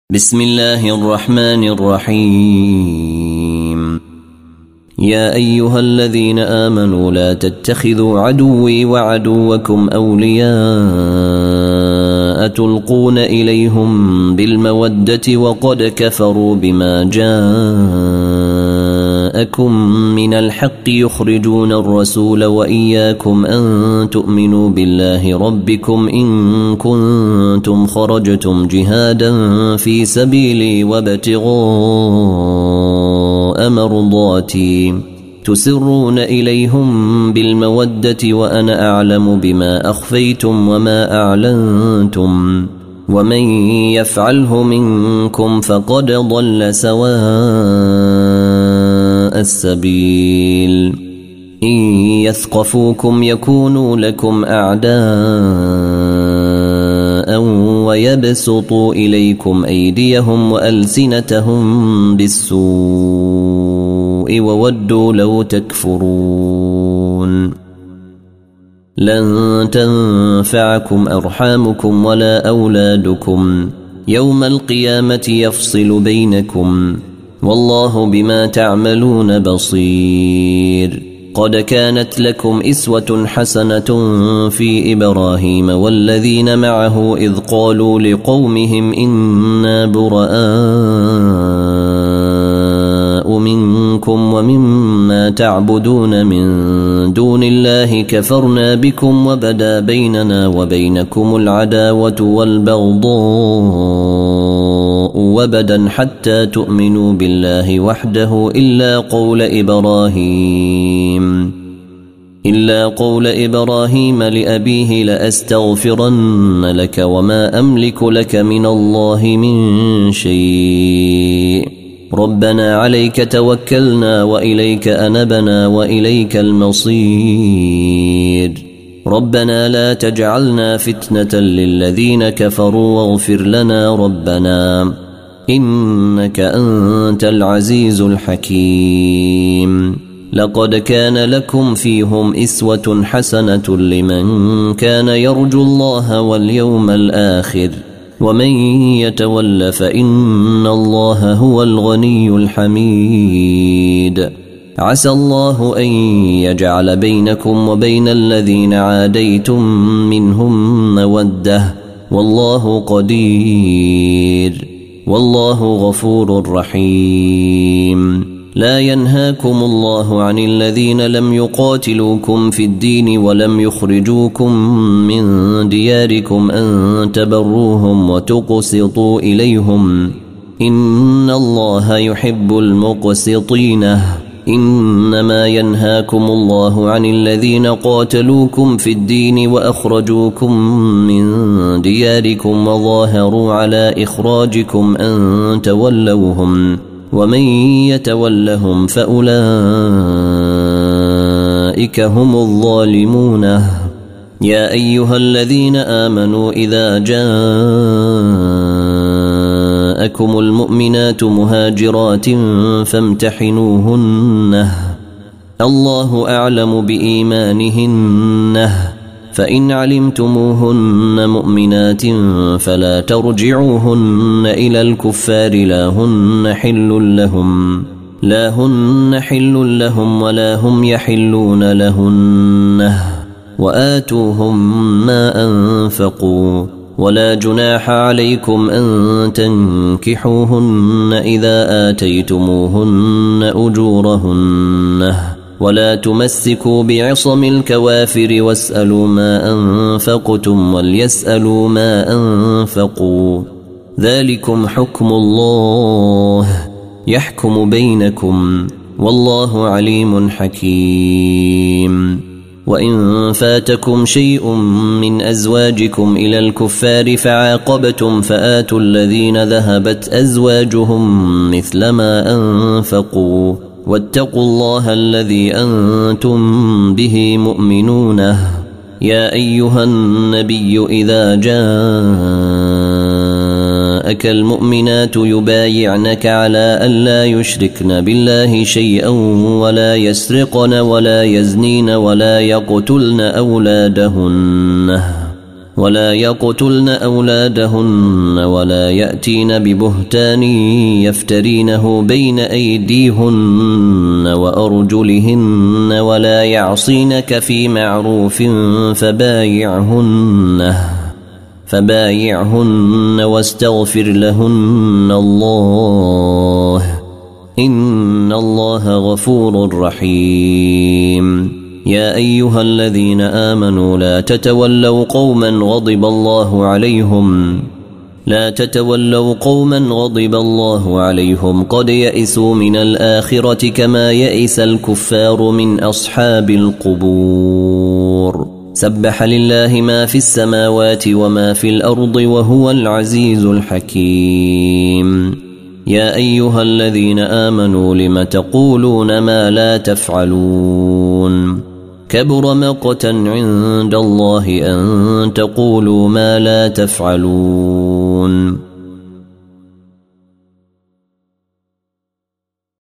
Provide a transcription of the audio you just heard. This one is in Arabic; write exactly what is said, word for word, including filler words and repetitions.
بسم الله الرحمن الرحيم. يا أيها الذين آمنوا لا تتخذوا عدوي وعدوكم أولياء تلقون إليهم بالمودة وقد كفروا بما جاءكم من الحق يخرجون الرسول وإياكم أن تؤمنوا بالله ربكم إن كنتم خرجتم جهادا في سبيلي وابتغاء مرضاتي تسرون إليهم بالمودة وأنا أعلم بما أخفيتم وما أعلنتم ومن يفعله منكم فقد ضل سواء السبيل. إن يثقفوكم يكونوا لكم أعداء ويبسطوا إليكم أيديهم وألسنتهم بالسوء وودوا لو تكفرون. لن تنفعكم أرحامكم ولا أولادكم يوم القيامة يفصل بينكم والله بما تعملون بصير. قد كانت لكم إسوة حسنة في إبراهيم والذين معه إذ قالوا لقومهم إنا براء منكم ومما تعبدون من دون الله كفرنا بكم وبدا بيننا وبينكم العداوة والبغضاء وبدا حتى تؤمنوا بالله وحده إلا قول إبراهيم إلا قول إبراهيم لأبيه لأستغفرن لك وما أملك لك من الله من شيء ربنا عليك توكلنا وإليك أنبنا وإليك المصير ربنا لا تجعلنا فتنة للذين كفروا واغفر لنا ربنا إنك أنت العزيز الحكيم. لقد كان لكم فيهم إسوة حسنة لمن كان يرجو الله واليوم الآخر ومن يتول فإن الله هو الغني الحميد. عسى الله أن يجعل بينكم وبين الذين عاديتم منهم مودة والله قدير والله غفور رحيم. لا ينهاكم الله عن الذين لم يقاتلوكم في الدين ولم يخرجوكم من دياركم أن تبروهم وتقسطوا إليهم إن الله يحب المقسطين. إنما ينهاكم الله عن الذين قاتلوكم في الدين وأخرجوكم من دياركم وظاهروا على إخراجكم أن تولوهم ومن يتولهم فأولئك هم الظالمون. يا أيها الذين آمنوا إذا جاءكم المؤمنات مهاجرات فامتحنوهن الله أعلم بإيمانهن فإن علمتموهن مؤمنات فلا ترجعوهن إلى الكفار لا هن حل لهم لا هن حل لهم ولا هم يحلون لهن وآتوهم ما أنفقوا ولا جناح عليكم أن تنكحوهن إذا آتيتموهن أجورهن ولا تمسكوا بعصم الكوافر واسألوا ما أنفقتم وليسألوا ما أنفقوا ذلكم حكم الله يحكم بينكم والله عليم حكيم. وإن فاتكم شيء من أزواجكم إلى الكفار فعاقبتم فآتوا الذين ذهبت أزواجهم مثل ما أنفقوا واتقوا الله الذي أنتم به مؤمنون. يا أيها النبي إذا جاءك المؤمنات يبايعنك على ألا يشركن بالله شيئا ولا يسرقن ولا يزنين ولا يقتلن أولادهن ولا يقتلن أولادهن ولا يأتين ببهتان يفترينه بين أيديهن وأرجلهن ولا يعصينك في معروف فبايعهن فبايعهن واستغفر لهن الله إن الله غفور رحيم. يا أيها الذين آمنوا لا تتولوا قوما غضب الله عليهم لا تتولوا قوما غضب الله عليهم قد يئسوا من الآخرة كما يئس الكفار من أصحاب القبور. سبح لله ما في السماوات وما في الأرض وهو العزيز الحكيم. يا أيها الذين آمنوا لم تقولون ما لا تفعلون كبر مقتا عند الله أن تقولوا ما لا تفعلون.